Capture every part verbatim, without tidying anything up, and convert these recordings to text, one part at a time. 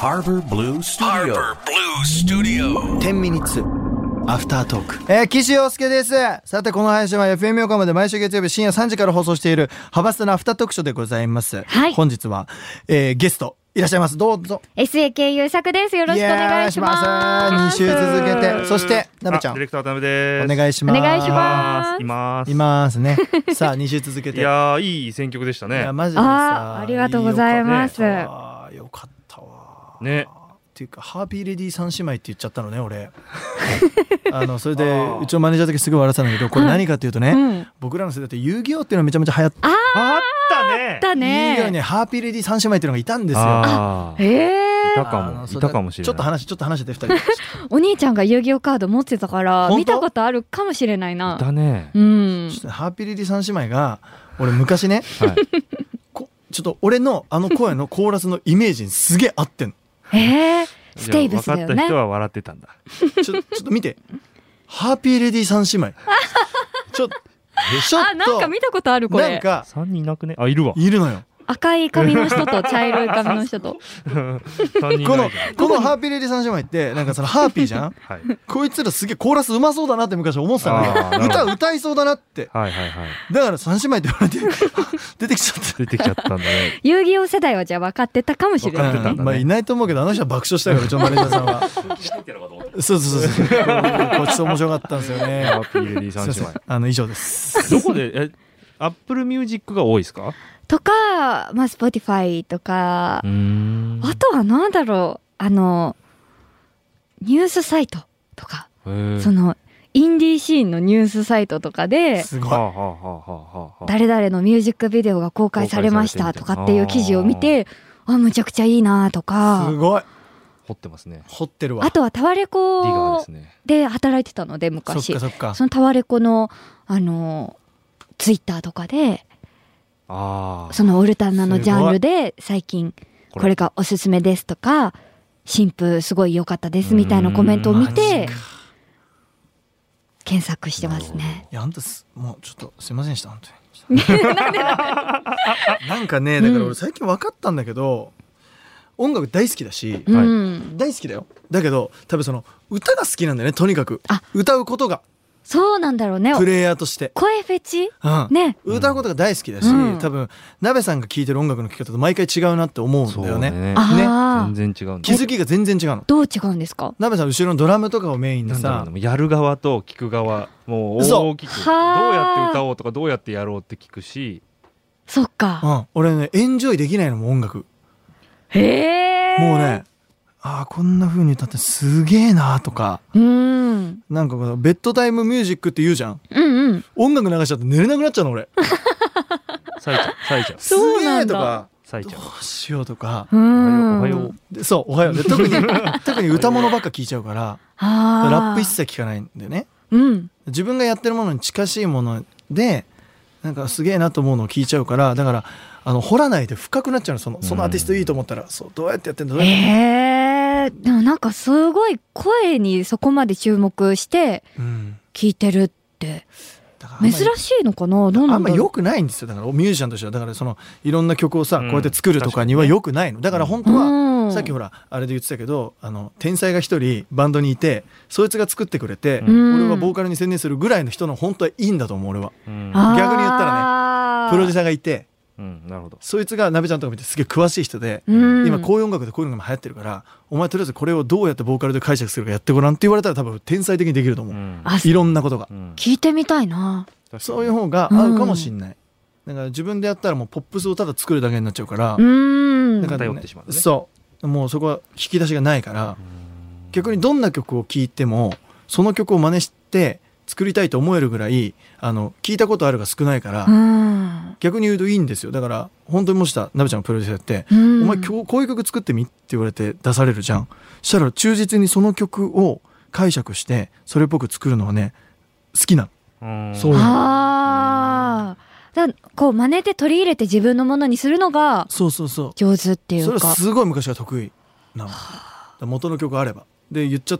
Harbor Blue Studio. Harbor Blue Studio. テンミニッツアフタートーク、えー、岸洋介です。さてこの配信は エフエム 横浜で毎週月曜日深夜さんじから放送しているハバスタのアフタートークショーでございます、 はい、 本日は、えー、ゲストいらっしゃいます。どうぞ。 エスエーケー 優作です。よろしくお願いします。 に週続けて、そしてなべちゃんディレクター渡辺です。 お願いします。 お願いします。 いますいますね。さあに週続けていやいい選曲でしたね。 いやマジでさあ, ありがとうございます。 よかった、よかったわね。 っていうかハーピーレディー三姉妹って言っちゃったのね俺あのそれでうちのマネージャーだけすぐ笑ってたんだけど、これ何かっていうとね、うん、僕らの世代って遊戯王っていうのがめちゃめちゃ流行ってああったね。 あったね。 遊戯王にハーピーレディー三姉妹っていうのがいたんですよ。 あへえ。 いたかもいたかもしれない。 ちょっと話ちょっと話してふたりお兄ちゃんが遊戯王カード持ってたから見たことあるかもしれないな。 だね。 うん。 ちょっとハーピーレディー三姉妹が俺昔ね、はい、こちょっと俺のあの声のコーラスのイメージにすげえ合ってんの。 へえ。ステイブスだよね。 分かった人は笑ってたんだ。 ちょ、ちょっと見てハーピーレディー三姉妹ちょっとちょっとあ、なんか見たことあるこれ。 なんかさんにんいなくね。あ、いるわ。 いるのよ。 赤い髪の人と茶色い髪の人とこのこのハーピーレディ三姉妹ってなんかそのハーピーじゃん、はい、こいつらすげえコーラスうまそうだなって昔思ってたんだけど、歌歌いそうだなって、はいはいはい、だから三姉妹って言われて出てきちゃった出てきちゃったんだね。 遊戯王世代はじゃあ分かってたかもしれない、ね、 うん、まあいないと思うけどあの人は爆笑したからうちのマネージャーさんはそうそうそうそうこっちと面白かったんですよね。 ハーピーレディ三姉妹あの以上です。 どこでえアップルミュージックが多いですかとか、まあ、Spotify とか、あとはなんだろう、あのニュースサイトとか、そのインディーシーンのニュースサイトとかで、 すごい誰々のミュージックビデオが公開されましたとかっていう記事を見て、あ、むちゃくちゃいいなとか。 すごい掘ってますね。 掘ってるわ。 あとはタワレコで働いてたので昔、 そっかそっか、 そのタワレコのあのツイッターとかで、 あそのオルタナのジャンルで最近これがおすすめですとか、新風すごい良かったですみたいなコメントを見て検索してますね。 いや本当すもうちょっとすいませんでした本当になんでなんかね、だから俺最近分かったんだけど、うん、音楽大好きだし、うん、大好きだよ。だけど多分その歌が好きなんだよね、とにかく歌うことが。 そうなんだろうね、 プレイヤーとして声フェチ、 うんね、 歌うことが大好きだし、うん、多分鍋さんが聴いてる音楽の聴き方と毎回違うなって思うんだよね。 ね、 ね、 全然違うんだ。 気づきが全然違うの。 どう違うんですか？ 鍋さん後ろのドラムとかをメインでさ、 やる側と聴く側もう大きくどうやって歌おうとかどうやってやろうって聞くし、 そっか、 うん、俺ねエンジョイできないのも音楽。 へー、 もうね、あーこんな風に歌ってすげえなとか、うん、なんかこのベッドタイムミュージックって言うじゃん、うんうん、音楽流しちゃって寝れなくなっちゃうの俺さえちゃうさえちゃうすげえとかどうしようとか、 おはようでそうおはようで特に特に歌物ばっか聴いちゃうからラップ一切聴かないんだよね、うん、自分がやってるものに近しいものでなんかすげえなと思うのを聞いちゃうから、だからあの掘らないで深くなっちゃうの。そのそのアーティストいいと思ったら、そうどうやってやってんだどうやってやってんだ、 えー、でもなんかすごい声にそこまで注目して聞いてるって、うん、珍しいのかな。どうなんだろう。 あんま良くないんですよ。だからミュージシャンとしてはだからそのいろんな曲をさ、うん、こうやって作るとかには良くないの。だから本当は、うん、さっきほらあれで言ってたけど、あの天才が一人バンドにいてそいつが作ってくれて、うん、俺はボーカルに専念するぐらいの人の本当はいいんだと思う俺は、うん、逆に言ったらねプロデューサーがいて、うん、なるほど、そいつがなべちゃんとか見てすげえ詳しい人で、うん、今こういう音楽でこういうのが流行ってるからお前とりあえずこれをどうやってボーカルで解釈するかやってごらんって言われたら多分天才的にできると思う、うん、いろんなことが、うん、 聞いてみたいな。 そういう方が合うかもしんない、うん、だから自分でやったらもうポップスをただ作るだけになっちゃうから、うん、だから、ね、 頼ってしまうね。 そうもうそこは引き出しがないから、逆にどんな曲を聴いてもその曲を真似して作りたいと思えるぐらいあの聞いたことあるが少ないから、うん、逆に言うといいんですよ。だから本当にもしなべちゃんのプロデューサーやって、うん、お前今日こういう曲作ってみって言われて出されるじゃん。そしたら忠実にその曲を解釈してそれっぽく作るのはね好きなの。うん、そういうの。 あだこう真似て取り入れて自分のものにするのがそうそうそう上手っていうか。 それはすごい昔は得意なの。元の曲あればで言っちゃったら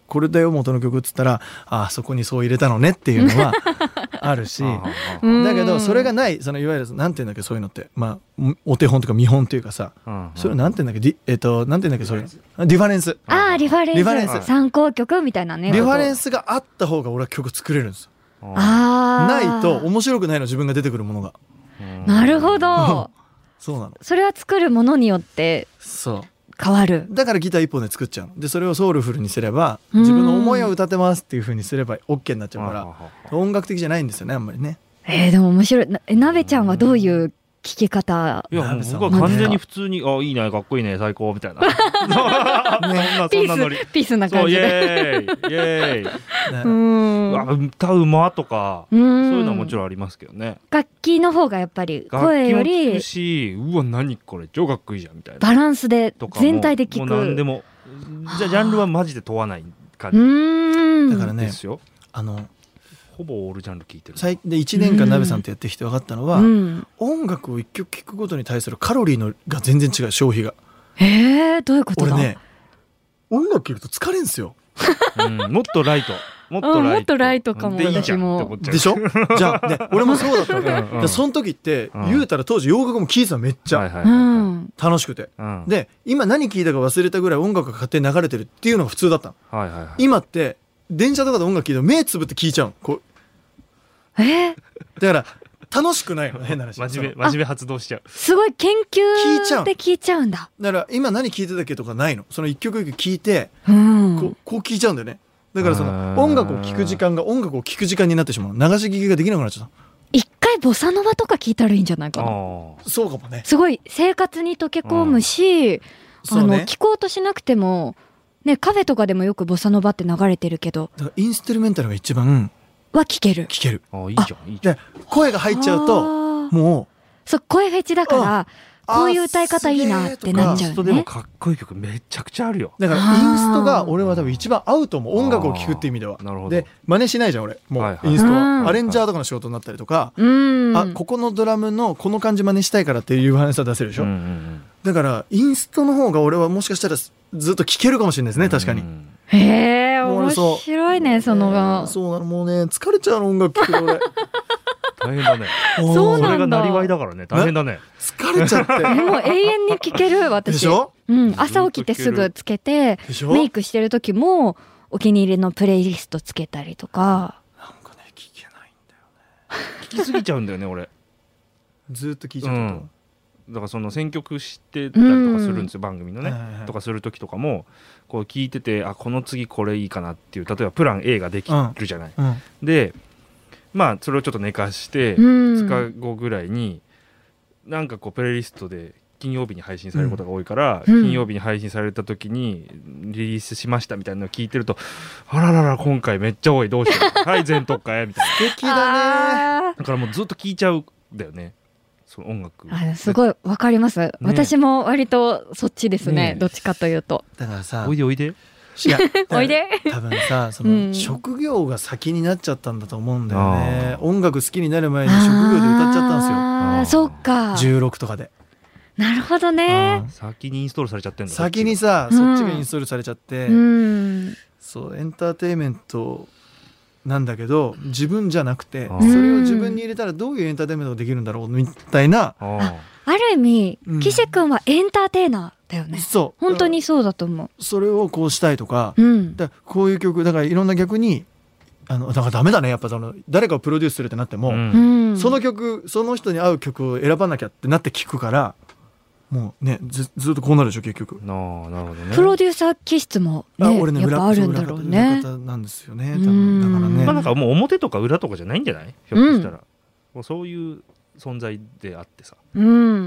これだよ元の曲っつったらあそこにそう入れたのねっていうのはあるしだけどそれがないそのいわゆるなんていうんだっけそういうのってまあお手本とか見本っていうかさそれなんていうんだっけディ、えー、となんていうんだっけそれリファレンスああリファレンスリファレンス参考曲みたいなねリファレンスがあった方が俺は曲作れるんですよあないと面白くないの自分が出てくるものがなるほどそうなのそれは作るものによってそう変わるだからギター一本で作っちゃうでそれをソウルフルにすれば自分の思いを歌ってますっていう風にすれば OK になっちゃうから音楽的じゃないんですよねあんまりねえー、でも面白いなえなべちゃんはどういう聴き方いやもう僕は完全に普通にあいいねかっこいいね最高みたいなそんなそんなノリピースな感じでイエーイイエーイ、ね、うん歌うまとかそういうのはもちろんありますけどね楽器の方がやっぱり声より楽器も聞くしうわ何これ超かっこいいじゃんみたいなバランスで全体で聞くもう何でもじゃあジャンルはマジで問わない感じうんだからねですよあのほぼオールジャンル聞いてる最でいちねんかんなべさんとやってきて分かったのは、 うん、 音楽をいっきょく聴くごとに対するカロリーのが全然違う消費がえー、どういうことだ俺ね音楽聴くと疲れんすよ、 うん、もっとライトもっとライト、 うん、もっとライトかも私もでしょじゃあ、ね、俺もそうだったわけ、うんうん、でその時って、うん、言うたら当時洋楽も聴いてためっちゃ、はいはいはいはい、楽しくて、うん、で今何聴いたか忘れたぐらい音楽が勝手に流れてるっていうのが普通だったの、はいはいはい、今って電車とかで音楽聴いて目つぶって聴いちゃうこうえー、 だから楽しくないの変な話真面目真面目発動しちゃうすごい研究で聴いちゃうんだだから今何聴いてたっけとかないのその一曲一曲聴いて、 うん、 こうこう聴いちゃうんだよねだからその音楽を聴く時間が音楽を聴く時間になってしまう流し聴きができなくなっちゃった一回ボサノバとか聴いたらいいんじゃないかなそうかもねすごい生活に溶け込むし、あの聴こうとしなくてもねカフェとかでもよくボサノバって流れてるけどだからインストゥルメンタルが一番は聞ける聞けるあいいじゃんいいじゃん声が入っちゃうともうそう声フェチだからこういう歌い方いいなってなっちゃうねインストでもかっこいい曲めちゃくちゃあるよだからインストが俺は多分一番合うと思う音楽を聴くっていう意味ではなるほどで真似しないじゃん俺もう、はいはい、インストはアレンジャーとかの仕事になったりとかあここのドラムのこの感じ真似したいからっていう話は出せるでしょ、うんうんうん、だからインストの方が俺はもしかしたらずっと聴けるかもしれないですね確かに、うんへえ面白いねそのが、 えー、そうなのもうね疲れちゃうの音楽聴くの俺大変だねそうなんだそれがなりわいだからね大変だね疲れちゃってでも永遠に聴ける私でしょ、 うん、朝起きてすぐつけてメイクしてる時もお気に入りのプレイリストつけたりとかなんかね聴けないんだよね聴きすぎちゃうんだよね俺ずっと聴いちゃうと、うんだからその選曲してたりとかするんですよ、うん、番組のね、はいはいはい、とかする時とかもこう聞いててあこの次これいいかなっていう例えばプラン A ができるじゃない、うんうん、でまあそれをちょっと寝かしてふつかごぐらいになんかこうプレイリストで金曜日に配信されることが多いから、うん、金曜日に配信された時にリリースしましたみたいなのを聞いてるとあららら今回めっちゃ多いどうしようはい全特会みたいな素敵だねだからもうずっと聞いちゃうんだよねその音楽あすごいわかります、ね、私も割とそっちですね、ねどっちかというとだからさおいでおいでいやおいで多分さその職業が先になっちゃったんだと思うんだよね、うん、音楽好きになる前に職業で歌っちゃったんですよああそっかじゅうろくとかでなるほどね先にインストールされちゃってんだ先にさ、うん、そっちがインストールされちゃって、うん、そうエンターテインメントなんだけど自分じゃなくてそれを自分に入れたらどういうエンターテインメントができるんだろうみたいなあ, ある意味、うん、岸君はエンターテイナーだよねそう本当にそうだと思うそれをこうしたいとか、 うん、 だこういう曲だからいろんな逆にあのだからダメだねやっぱその誰かをプロデュースするってなっても、うん、その曲その人に合う曲を選ばなきゃってなって聞くからもうね ず, ずっとこうなるでしょ結局ななるほど、ね、 プロデューサー気質も、ね、 あ俺ねやっぱあるんだろうね裏方なんですよね多分だからね、 まあ、なんかもう表とか裏とかじゃないんじゃないひょっとしたら、うん、もうそういう存在であってさ、 うん、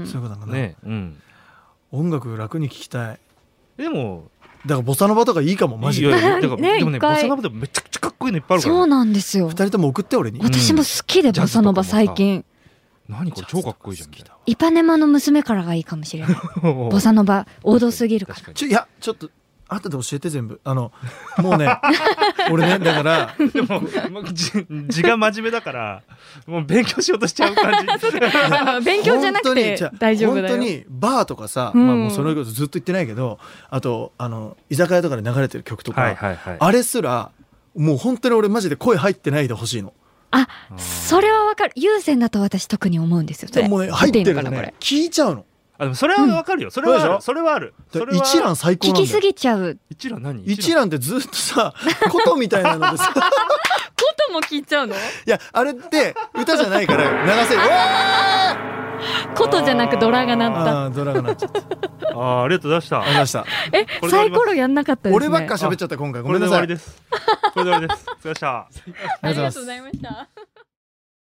そういうことなんだね、うん、 音楽楽に聴きたいでもだからボサノバとかいいかもマジで。いやいやだからね、 でもねボサノバでもめちゃくちゃかっこいいのいっぱいあるから、ね、 そうなんですよ。 二人とも送って俺に。 私も好きで、うん、ボサノバ最近。 何これ超かっこいいじゃん。 イパネマの娘からがいいかもしれない。ボサノバ王道すぎるから。 ちょいやちょっと後で教えて全部。あのもうね俺ねだからでも字が真面目だからもう勉強しようとしちゃう感じ勉強じゃなくて大丈夫だよ。 本当にバーとかさ、うん、まあ、もうそれこそずっと言ってないけど、あとあの居酒屋とかで流れてる曲とか、はいはいはい、あれすらもう本当に俺マジで声入ってないでほしいの。 あ、それはわかる。有線だと私特に思うんですよ。それもうね入ってるのね聞いちゃうの。 あ、でもそれはわかるよ、うん、それはある、それはある。それは一覧最高なんだよ。 聞きすぎちゃう。 一覧何？ 一覧ってずっとさ琴みたいなのでさ琴も聞いちゃうの？いやあれって歌じゃないから流せる。 琴じゃなくドラが鳴った。 あ、ドラが鳴っちゃった。 あ、ありがとうございました。 ありがとうございました。 え、サイコロやんなかったですね。 俺ばっか喋っちゃった今回。ごめんなさい。 これで終わりです。これで終わりです。お疲れ様でした。 ありがとうございました。